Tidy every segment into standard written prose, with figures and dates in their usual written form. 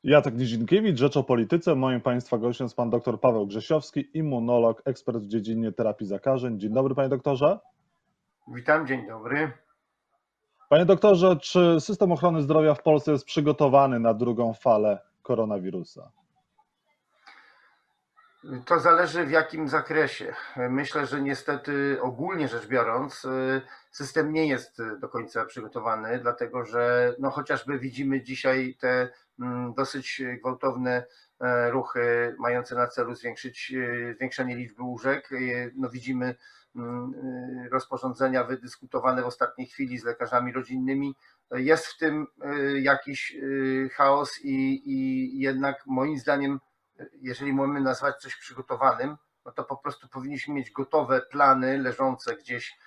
Jacek Nizinkiewicz, Rzecz o Polityce. Moim Państwa gościem jest pan dr Paweł Grzesiowski, immunolog, ekspert w dziedzinie terapii zakażeń. Dzień dobry, panie doktorze. Witam, dzień dobry. Panie doktorze, czy system ochrony zdrowia w Polsce jest przygotowany na drugą falę koronawirusa? To zależy w jakim zakresie. Myślę, że niestety ogólnie rzecz biorąc system nie jest do końca przygotowany, dlatego że chociażby widzimy dzisiaj te dosyć gwałtowne ruchy mające na celu zwiększenie liczby łóżek. Widzimy rozporządzenia wydyskutowane w ostatniej chwili z lekarzami rodzinnymi. Jest w tym jakiś chaos i jednak moim zdaniem, jeżeli możemy nazwać coś przygotowanym, to po prostu powinniśmy mieć gotowe plany leżące gdzieś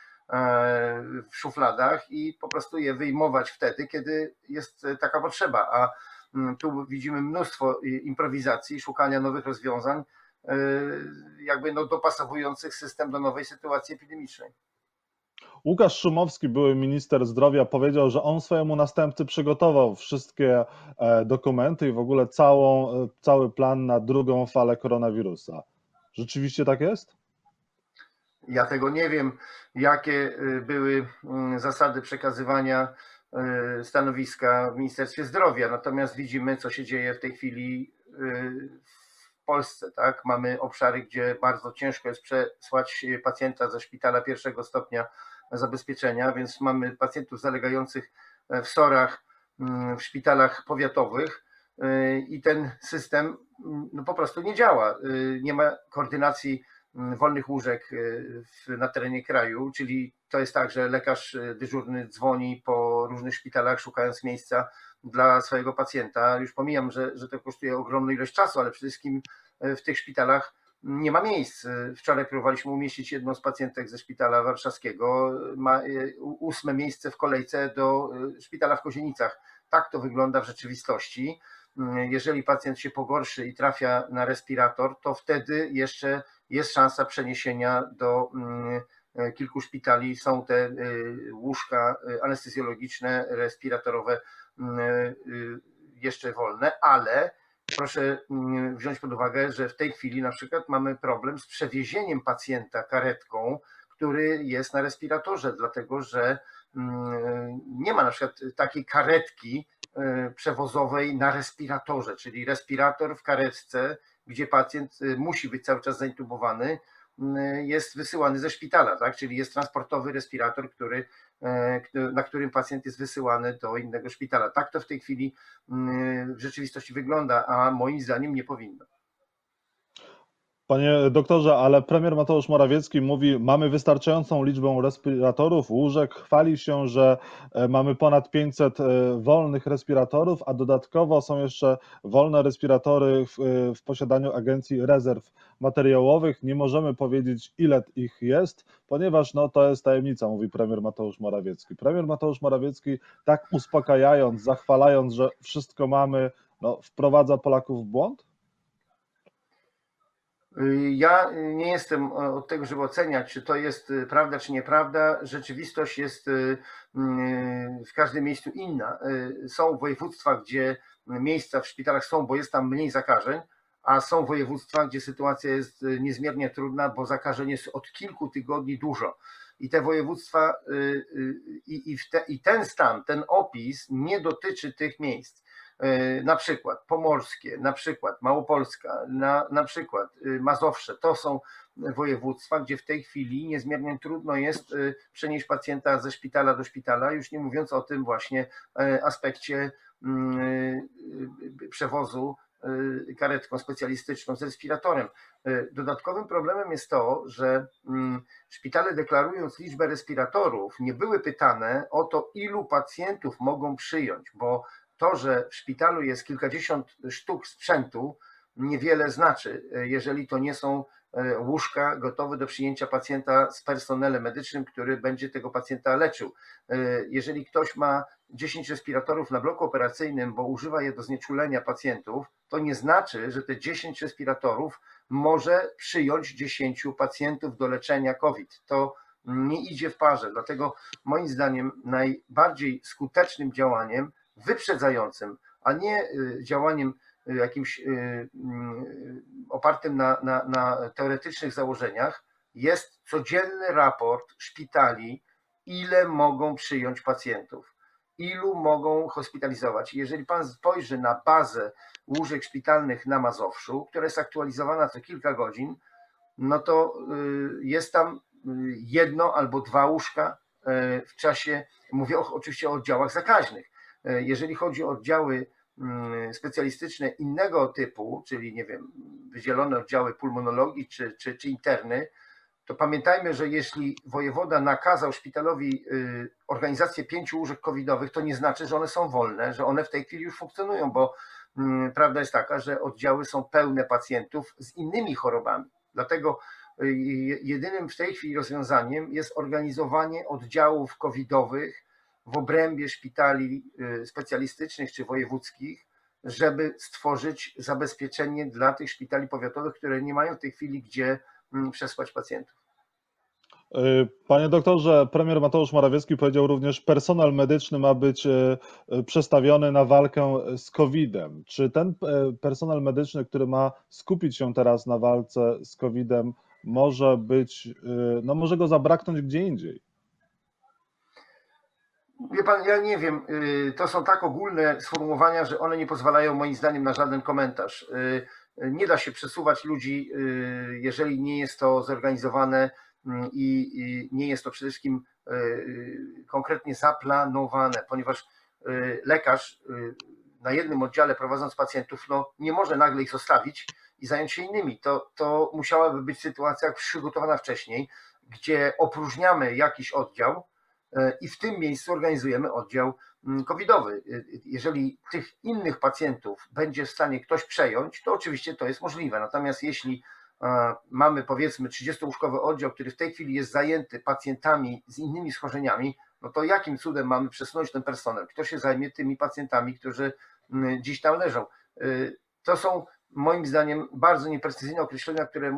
w szufladach i po prostu je wyjmować wtedy, kiedy jest taka potrzeba. A tu widzimy mnóstwo improwizacji, szukania nowych rozwiązań, dopasowujących system do nowej sytuacji epidemicznej. Łukasz Szumowski, były minister zdrowia, powiedział, że on swojemu następcy przygotował wszystkie dokumenty i w ogóle cały plan na drugą falę koronawirusa. Rzeczywiście tak jest? Ja tego nie wiem, jakie były zasady przekazywania stanowiska w Ministerstwie Zdrowia, natomiast widzimy, co się dzieje w tej chwili w Polsce. Tak? Mamy obszary, gdzie bardzo ciężko jest przesłać pacjenta ze szpitala pierwszego stopnia zabezpieczenia, więc mamy pacjentów zalegających w SOR-ach, w szpitalach powiatowych i ten system po prostu nie działa. Nie ma koordynacji wolnych łóżek na terenie kraju, czyli to jest tak, że lekarz dyżurny dzwoni po różnych szpitalach, szukając miejsca dla swojego pacjenta. Już pomijam, że to kosztuje ogromną ilość czasu, ale przede wszystkim w tych szpitalach nie ma miejsc. Wczoraj próbowaliśmy umieścić jedną z pacjentek ze szpitala warszawskiego, ma 8. miejsce w kolejce do szpitala w Kozienicach. Tak to wygląda w rzeczywistości. Jeżeli pacjent się pogorszy i trafia na respirator, to wtedy jeszcze jest szansa przeniesienia do kilku szpitali. Są te łóżka anestezjologiczne, respiratorowe jeszcze wolne, ale proszę wziąć pod uwagę, że w tej chwili na przykład mamy problem z przewiezieniem pacjenta karetką, który jest na respiratorze, dlatego że nie ma na przykład takiej karetki przewozowej na respiratorze, czyli respirator w karetce, gdzie pacjent musi być cały czas zaintubowany, jest wysyłany ze szpitala, tak? Czyli jest transportowy respirator, na którym pacjent jest wysyłany do innego szpitala. Tak to w tej chwili w rzeczywistości wygląda, a moim zdaniem nie powinno. Panie doktorze, ale premier Mateusz Morawiecki mówi, mamy wystarczającą liczbę respiratorów, łóżek, chwali się, że mamy ponad 500 wolnych respiratorów, a dodatkowo są jeszcze wolne respiratory w posiadaniu Agencji Rezerw Materiałowych. Nie możemy powiedzieć, ile ich jest, ponieważ to jest tajemnica, mówi premier Mateusz Morawiecki. Premier Mateusz Morawiecki, tak uspokajając, zachwalając, że wszystko mamy, wprowadza Polaków w błąd? Ja nie jestem od tego, żeby oceniać, czy to jest prawda, czy nieprawda. Rzeczywistość jest w każdym miejscu inna. Są województwa, gdzie miejsca w szpitalach są, bo jest tam mniej zakażeń, a są województwa, gdzie sytuacja jest niezmiernie trudna, bo zakażeń jest od kilku tygodni dużo. I te województwa i ten stan, ten opis nie dotyczy tych miejsc. Na przykład pomorskie, na przykład Małopolska, na przykład Mazowsze, to są województwa, gdzie w tej chwili niezmiernie trudno jest przenieść pacjenta ze szpitala do szpitala, już nie mówiąc o tym właśnie aspekcie przewozu karetką specjalistyczną z respiratorem. Dodatkowym problemem jest to, że szpitale, deklarując liczbę respiratorów, nie były pytane o to, ilu pacjentów mogą przyjąć, bo to, że w szpitalu jest kilkadziesiąt sztuk sprzętu, niewiele znaczy, jeżeli to nie są łóżka gotowe do przyjęcia pacjenta z personelem medycznym, który będzie tego pacjenta leczył. Jeżeli ktoś ma 10 respiratorów na bloku operacyjnym, bo używa je do znieczulenia pacjentów, to nie znaczy, że te 10 respiratorów może przyjąć 10 pacjentów do leczenia COVID. To nie idzie w parze, dlatego moim zdaniem najbardziej skutecznym działaniem wyprzedzającym, a nie działaniem jakimś opartym na teoretycznych założeniach, jest codzienny raport szpitali, ile mogą przyjąć pacjentów, ilu mogą hospitalizować. Jeżeli pan spojrzy na bazę łóżek szpitalnych na Mazowszu, która jest aktualizowana co kilka godzin, no to jest tam 1 albo 2 łóżka w czasie, mówię oczywiście o oddziałach zakaźnych. Jeżeli chodzi o oddziały specjalistyczne innego typu, czyli nie wiem, wydzielone oddziały pulmonologii czy interny, to pamiętajmy, że jeśli wojewoda nakazał szpitalowi organizację 5 łóżek covidowych, to nie znaczy, że one są wolne, że one w tej chwili już funkcjonują, bo prawda jest taka, że oddziały są pełne pacjentów z innymi chorobami. Dlatego jedynym w tej chwili rozwiązaniem jest organizowanie oddziałów covidowych w obrębie szpitali specjalistycznych czy wojewódzkich, żeby stworzyć zabezpieczenie dla tych szpitali powiatowych, które nie mają w tej chwili gdzie przesłać pacjentów. Panie doktorze, premier Mateusz Morawiecki powiedział również, że personel medyczny ma być przestawiony na walkę z COVID-em. Czy ten personel medyczny, który ma skupić się teraz na walce z COVID-em, może być, no może go zabraknąć gdzie indziej? Wie pan, ja nie wiem, to są tak ogólne sformułowania, że one nie pozwalają moim zdaniem na żaden komentarz. Nie da się przesuwać ludzi, jeżeli nie jest to zorganizowane i nie jest to przede wszystkim konkretnie zaplanowane, ponieważ lekarz na jednym oddziale prowadząc pacjentów, no nie może nagle ich zostawić i zająć się innymi. To musiałaby być sytuacja przygotowana wcześniej, gdzie opróżniamy jakiś oddział i w tym miejscu organizujemy oddział covidowy. Jeżeli tych innych pacjentów będzie w stanie ktoś przejąć, to oczywiście to jest możliwe. Natomiast jeśli mamy powiedzmy 30-łóżkowy oddział, który w tej chwili jest zajęty pacjentami z innymi schorzeniami, no to jakim cudem mamy przesunąć ten personel? Kto się zajmie tymi pacjentami, którzy dziś tam leżą? To są moim zdaniem bardzo nieprecyzyjne określenia, które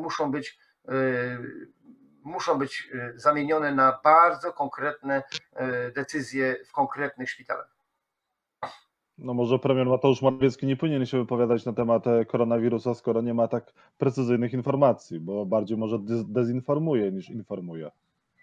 muszą być zamienione na bardzo konkretne decyzje w konkretnych szpitalach. No może premier Mateusz Morawiecki nie powinien się wypowiadać na temat koronawirusa, skoro nie ma tak precyzyjnych informacji, bo bardziej może dezinformuje niż informuje.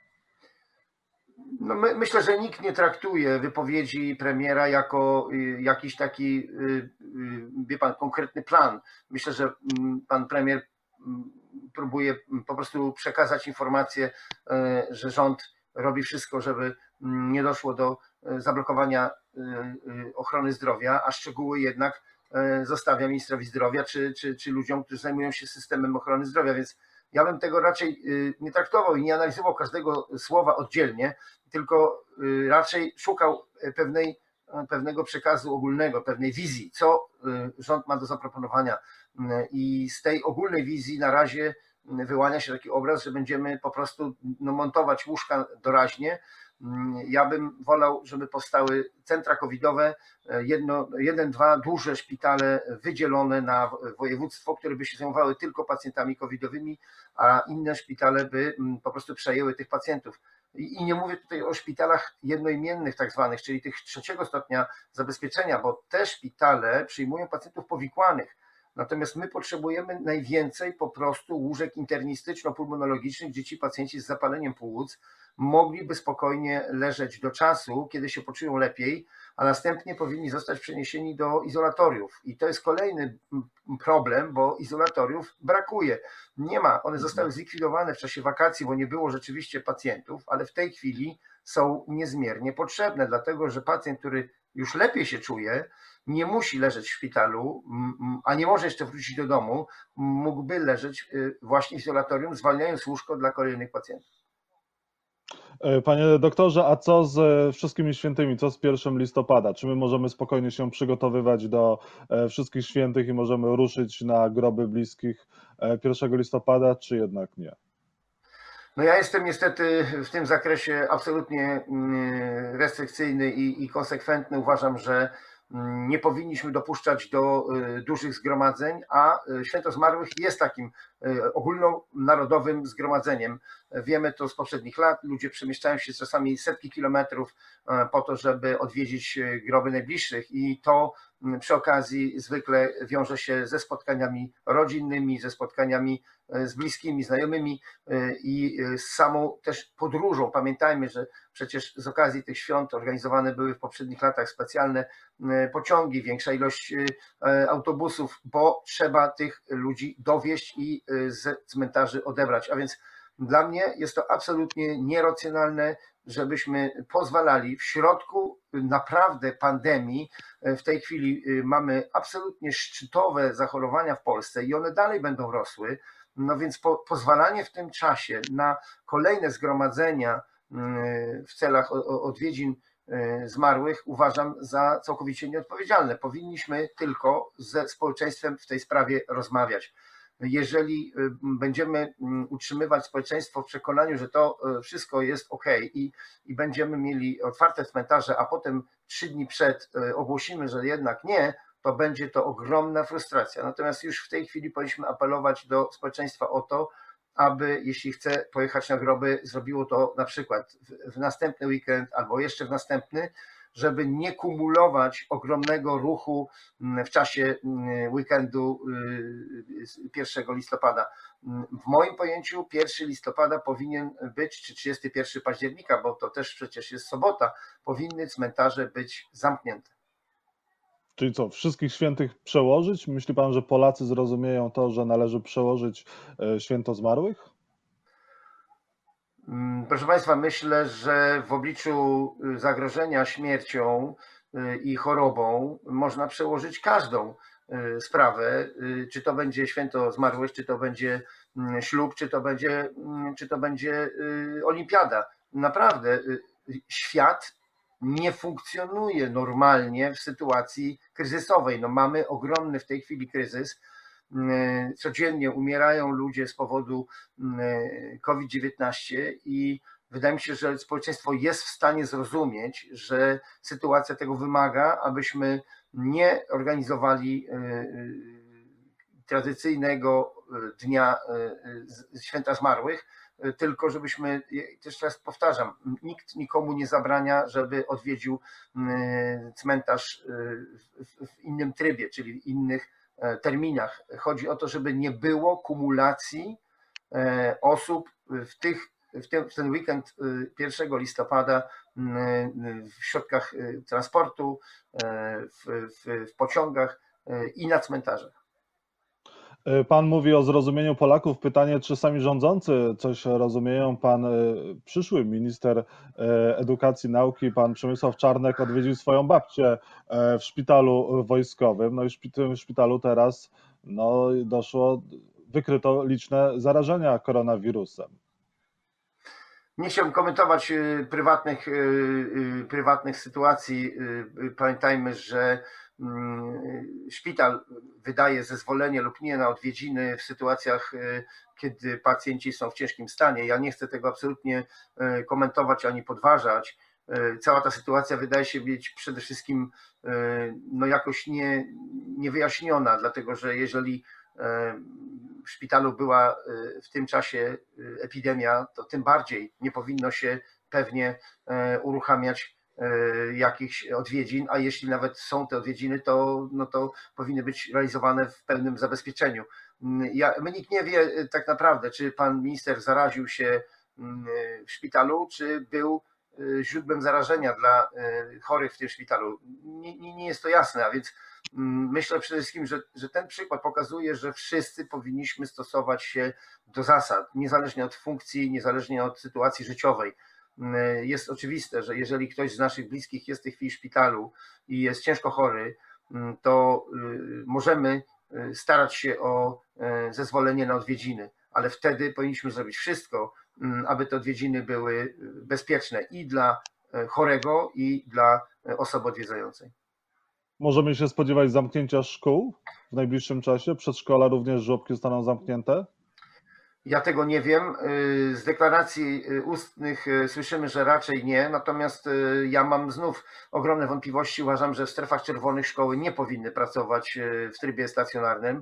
No myślę, że nikt nie traktuje wypowiedzi premiera jako jakiś taki, wie pan, konkretny plan. Myślę, że pan premier próbuje po prostu przekazać informację, że rząd robi wszystko, żeby nie doszło do zablokowania ochrony zdrowia, a szczegóły jednak zostawia ministrowi zdrowia czy ludziom, którzy zajmują się systemem ochrony zdrowia, więc ja bym tego raczej nie traktował i nie analizował każdego słowa oddzielnie, tylko raczej szukał pewnego przekazu ogólnego, pewnej wizji, co rząd ma do zaproponowania. I z tej ogólnej wizji na razie wyłania się taki obraz, że będziemy po prostu montować łóżka doraźnie. Ja bym wolał, żeby powstały centra covidowe, 1-2 duże szpitale wydzielone na województwo, które by się zajmowały tylko pacjentami covidowymi, a inne szpitale by po prostu przejęły tych pacjentów. I nie mówię tutaj o szpitalach jednoimiennych tak zwanych, czyli tych 3. stopnia zabezpieczenia, bo te szpitale przyjmują pacjentów powikłanych. Natomiast my potrzebujemy najwięcej po prostu łóżek internistyczno-pulmonologicznych, gdzie ci pacjenci z zapaleniem płuc mogliby spokojnie leżeć do czasu, kiedy się poczują lepiej, a następnie powinni zostać przeniesieni do izolatoriów. I to jest kolejny problem, bo izolatoriów brakuje. Nie ma, one zostały zlikwidowane w czasie wakacji, bo nie było rzeczywiście pacjentów, ale w tej chwili są niezmiernie potrzebne, dlatego że pacjent, który już lepiej się czuje, nie musi leżeć w szpitalu, a nie może jeszcze wrócić do domu, mógłby leżeć właśnie w izolatorium, zwalniając łóżko dla kolejnych pacjentów. Panie doktorze, a co z wszystkimi świętymi, co z 1 listopada? Czy my możemy spokojnie się przygotowywać do wszystkich świętych i możemy ruszyć na groby bliskich 1 listopada, czy jednak nie? No ja jestem niestety w tym zakresie absolutnie restrykcyjny i konsekwentny. Uważam, że nie powinniśmy dopuszczać do dużych zgromadzeń, a Święto Zmarłych jest takim ogólnonarodowym zgromadzeniem. Wiemy to z poprzednich lat, ludzie przemieszczają się czasami setki kilometrów po to, żeby odwiedzić groby najbliższych i to przy okazji zwykle wiąże się ze spotkaniami rodzinnymi, ze spotkaniami z bliskimi, znajomymi i z samą też podróżą. Pamiętajmy, że przecież z okazji tych świąt organizowane były w poprzednich latach specjalne pociągi, większa ilość autobusów, bo trzeba tych ludzi dowieźć i z cmentarzy odebrać. A więc dla mnie jest to absolutnie nieracjonalne, żebyśmy pozwalali w środku naprawdę pandemii. W tej chwili mamy absolutnie szczytowe zachorowania w Polsce i one dalej będą rosły. No więc pozwalanie w tym czasie na kolejne zgromadzenia w celach odwiedzin zmarłych uważam za całkowicie nieodpowiedzialne. Powinniśmy tylko ze społeczeństwem w tej sprawie rozmawiać. Jeżeli będziemy utrzymywać społeczeństwo w przekonaniu, że to wszystko jest ok i będziemy mieli otwarte cmentarze, a potem 3 dni przed ogłosimy, że jednak nie, to będzie to ogromna frustracja. Natomiast już w tej chwili powinniśmy apelować do społeczeństwa o to, aby jeśli chce pojechać na groby, zrobiło to na przykład w następny weekend albo jeszcze w następny, żeby nie kumulować ogromnego ruchu w czasie weekendu 1 listopada. W moim pojęciu 1 listopada powinien być, czy 31 października, bo to też przecież jest sobota, powinny cmentarze być zamknięte. Czyli co, wszystkich świętych przełożyć? Myśli pan, że Polacy zrozumieją to, że należy przełożyć święto zmarłych? Proszę Państwa, myślę, że w obliczu zagrożenia śmiercią i chorobą można przełożyć każdą sprawę, czy to będzie święto zmarłych, czy to będzie ślub, czy to będzie olimpiada. Naprawdę świat nie funkcjonuje normalnie w sytuacji kryzysowej. No mamy ogromny w tej chwili kryzys. Codziennie umierają ludzie z powodu COVID-19 i wydaje mi się, że społeczeństwo jest w stanie zrozumieć, że sytuacja tego wymaga, abyśmy nie organizowali tradycyjnego dnia święta zmarłych, tylko żebyśmy, też raz powtarzam, nikt nikomu nie zabrania, żeby odwiedził cmentarz w innym trybie, czyli w innych terminach. Chodzi o to, żeby nie było kumulacji osób w ten weekend 1 listopada w środkach transportu, w pociągach i na cmentarzach. Pan mówi o zrozumieniu Polaków. Pytanie, czy sami rządzący coś rozumieją? Pan przyszły minister edukacji i nauki, pan Przemysław Czarnek, odwiedził swoją babcię w szpitalu wojskowym. No i w tym szpitalu teraz wykryto liczne zarażenia koronawirusem. Nie chciałbym komentować prywatnych sytuacji. Pamiętajmy, że szpital wydaje zezwolenie lub nie na odwiedziny w sytuacjach, kiedy pacjenci są w ciężkim stanie. Ja nie chcę tego absolutnie komentować ani podważać. Cała ta sytuacja wydaje się być przede wszystkim jakoś niewyjaśniona, dlatego że jeżeli w szpitalu była w tym czasie epidemia, to tym bardziej nie powinno się pewnie uruchamiać jakichś odwiedzin, a jeśli nawet są te odwiedziny, to powinny być realizowane w pełnym zabezpieczeniu. Nikt nie wie tak naprawdę, czy pan minister zaraził się w szpitalu, czy był źródłem zarażenia dla chorych w tym szpitalu. Nie jest to jasne, a więc myślę przede wszystkim, że ten przykład pokazuje, że wszyscy powinniśmy stosować się do zasad, niezależnie od funkcji, niezależnie od sytuacji życiowej. Jest oczywiste, że jeżeli ktoś z naszych bliskich jest w tej chwili w szpitalu i jest ciężko chory, to możemy starać się o zezwolenie na odwiedziny, ale wtedy powinniśmy zrobić wszystko, aby te odwiedziny były bezpieczne i dla chorego, i dla osoby odwiedzającej. Możemy się spodziewać zamknięcia szkół w najbliższym czasie? Przedszkola również, żłobki zostaną zamknięte? Ja tego nie wiem. Z deklaracji ustnych słyszymy, że raczej nie, natomiast ja mam znów ogromne wątpliwości. Uważam, że w strefach czerwonych szkoły nie powinny pracować w trybie stacjonarnym.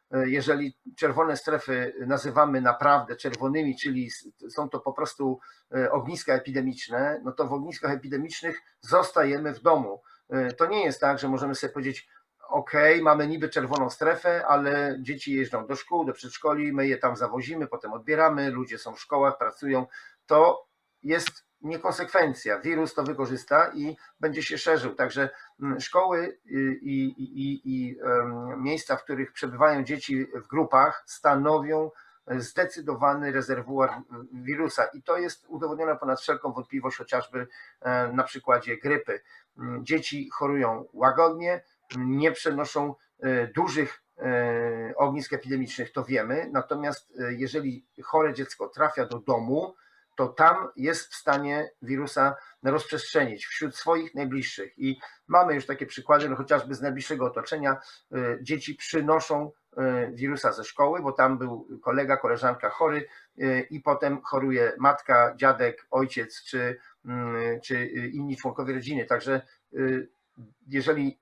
jeżeli czerwone strefy nazywamy naprawdę czerwonymi, czyli są to po prostu ogniska epidemiczne, no to w ogniskach epidemicznych zostajemy w domu. To nie jest tak, że możemy sobie powiedzieć, ok, mamy niby czerwoną strefę, ale dzieci jeżdżą do szkół, do przedszkoli, my je tam zawozimy, potem odbieramy, ludzie są w szkołach, pracują. To jest niekonsekwencja. Wirus to wykorzysta i będzie się szerzył. Także szkoły i miejsca, w których przebywają dzieci w grupach, stanowią zdecydowany rezerwuar wirusa i to jest udowodnione ponad wszelką wątpliwość, chociażby na przykładzie grypy. Dzieci chorują łagodnie, nie przenoszą dużych ognisk epidemicznych, to wiemy, natomiast jeżeli chore dziecko trafia do domu, to tam jest w stanie wirusa rozprzestrzenić wśród swoich najbliższych i mamy już takie przykłady, no chociażby z najbliższego otoczenia. Dzieci przynoszą wirusa ze szkoły, bo tam był kolega, koleżanka chory i potem choruje matka, dziadek, ojciec czy inni członkowie rodziny. Także jeżeli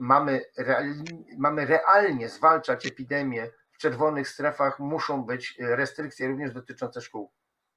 mamy realnie zwalczać epidemię w czerwonych strefach, muszą być restrykcje również dotyczące szkół.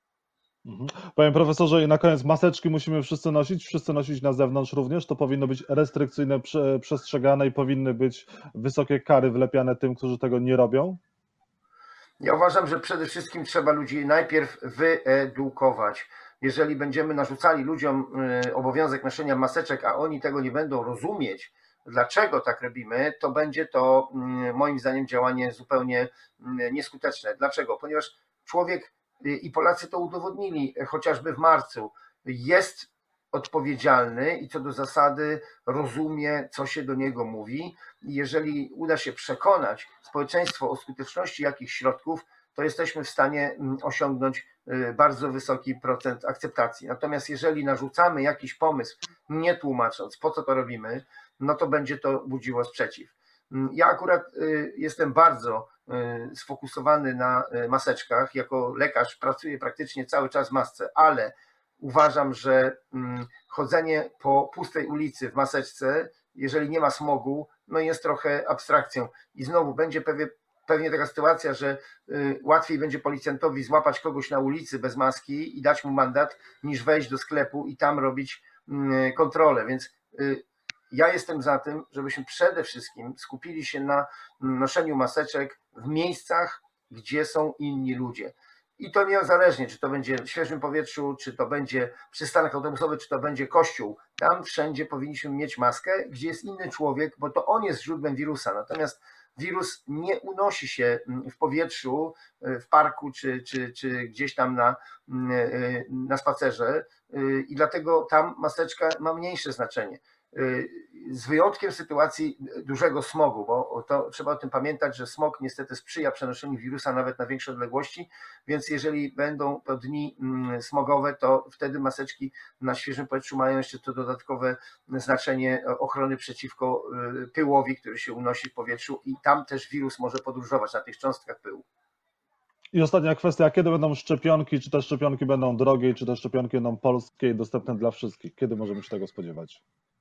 Panie profesorze, i na koniec maseczki musimy wszyscy nosić na zewnątrz również, to powinno być restrykcyjne, przestrzegane i powinny być wysokie kary wlepiane tym, którzy tego nie robią? Ja uważam, że przede wszystkim trzeba ludzi najpierw wyedukować. Jeżeli będziemy narzucali ludziom obowiązek noszenia maseczek, a oni tego nie będą rozumieć, dlaczego tak robimy, to będzie to moim zdaniem działanie zupełnie nieskuteczne. Dlaczego? Ponieważ człowiek i Polacy to udowodnili chociażby w marcu, jest odpowiedzialny i co do zasady rozumie, co się do niego mówi. I jeżeli uda się przekonać społeczeństwo o skuteczności jakichś środków, to jesteśmy w stanie osiągnąć bardzo wysoki procent akceptacji. Natomiast jeżeli narzucamy jakiś pomysł, nie tłumacząc, po co to robimy, no to będzie to budziło sprzeciw. Ja akurat jestem bardzo sfokusowany na maseczkach. Jako lekarz pracuję praktycznie cały czas w masce, ale uważam, że chodzenie po pustej ulicy w maseczce, jeżeli nie ma smogu, no jest trochę abstrakcją. I znowu będzie pewnie taka sytuacja, że łatwiej będzie policjantowi złapać kogoś na ulicy bez maski i dać mu mandat, niż wejść do sklepu i tam robić kontrolę. Więc ja jestem za tym, żebyśmy przede wszystkim skupili się na noszeniu maseczek w miejscach, gdzie są inni ludzie. I to niezależnie, czy to będzie w świeżym powietrzu, czy to będzie przystanek autobusowy, czy to będzie kościół. Tam wszędzie powinniśmy mieć maskę, gdzie jest inny człowiek, bo to on jest źródłem wirusa. Natomiast wirus nie unosi się w powietrzu, w parku, czy gdzieś tam na spacerze i dlatego tam maseczka ma mniejsze znaczenie. Z wyjątkiem sytuacji dużego smogu, bo to trzeba o tym pamiętać, że smog niestety sprzyja przenoszeniu wirusa nawet na większe odległości, więc jeżeli będą to dni smogowe, to wtedy maseczki na świeżym powietrzu mają jeszcze to dodatkowe znaczenie ochrony przeciwko pyłowi, który się unosi w powietrzu i tam też wirus może podróżować na tych cząstkach pyłu. I ostatnia kwestia, kiedy będą szczepionki, czy te szczepionki będą drogie, czy te szczepionki będą polskie i dostępne dla wszystkich? Kiedy możemy się tego spodziewać?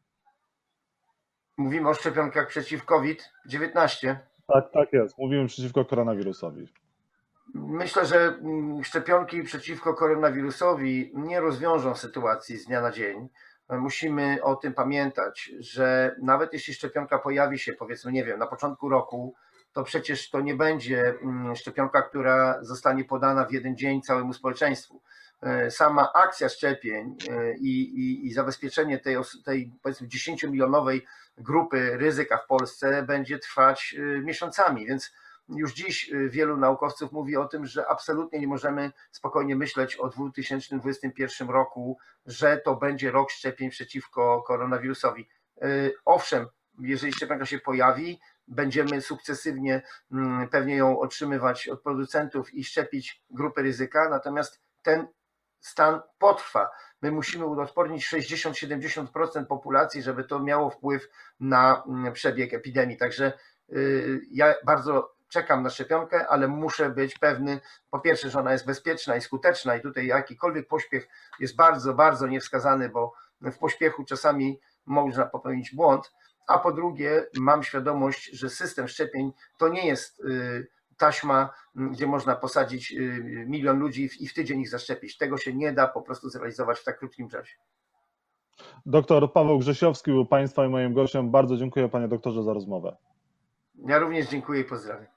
Mówimy o szczepionkach przeciw COVID-19. Tak jest. Mówimy przeciwko koronawirusowi. Myślę, że szczepionki przeciwko koronawirusowi nie rozwiążą sytuacji z dnia na dzień. Musimy o tym pamiętać, że nawet jeśli szczepionka pojawi się, powiedzmy, nie wiem, na początku roku, to przecież to nie będzie szczepionka, która zostanie podana w jeden dzień całemu społeczeństwu. Sama akcja szczepień i zabezpieczenie tej powiedzmy 10-milionowej grupy ryzyka w Polsce będzie trwać miesiącami, więc już dziś wielu naukowców mówi o tym, że absolutnie nie możemy spokojnie myśleć o 2021 roku, że to będzie rok szczepień przeciwko koronawirusowi. Owszem, jeżeli szczepionka się pojawi, będziemy sukcesywnie pewnie ją otrzymywać od producentów i szczepić grupy ryzyka, natomiast ten stan potrwa. My musimy uodpornić 60-70% populacji, żeby to miało wpływ na przebieg epidemii. Także ja bardzo czekam na szczepionkę, ale muszę być pewny, po pierwsze, że ona jest bezpieczna i skuteczna i tutaj jakikolwiek pośpiech jest bardzo, bardzo niewskazany, bo w pośpiechu czasami można popełnić błąd, a po drugie mam świadomość, że system szczepień to nie jest taśma, gdzie można posadzić 1 milion ludzi i w tydzień ich zaszczepić. Tego się nie da po prostu zrealizować w tak krótkim czasie. Doktor Paweł Grzesiowski był Państwa i moim gościem. Bardzo dziękuję, panie doktorze, za rozmowę. Ja również dziękuję i pozdrawiam.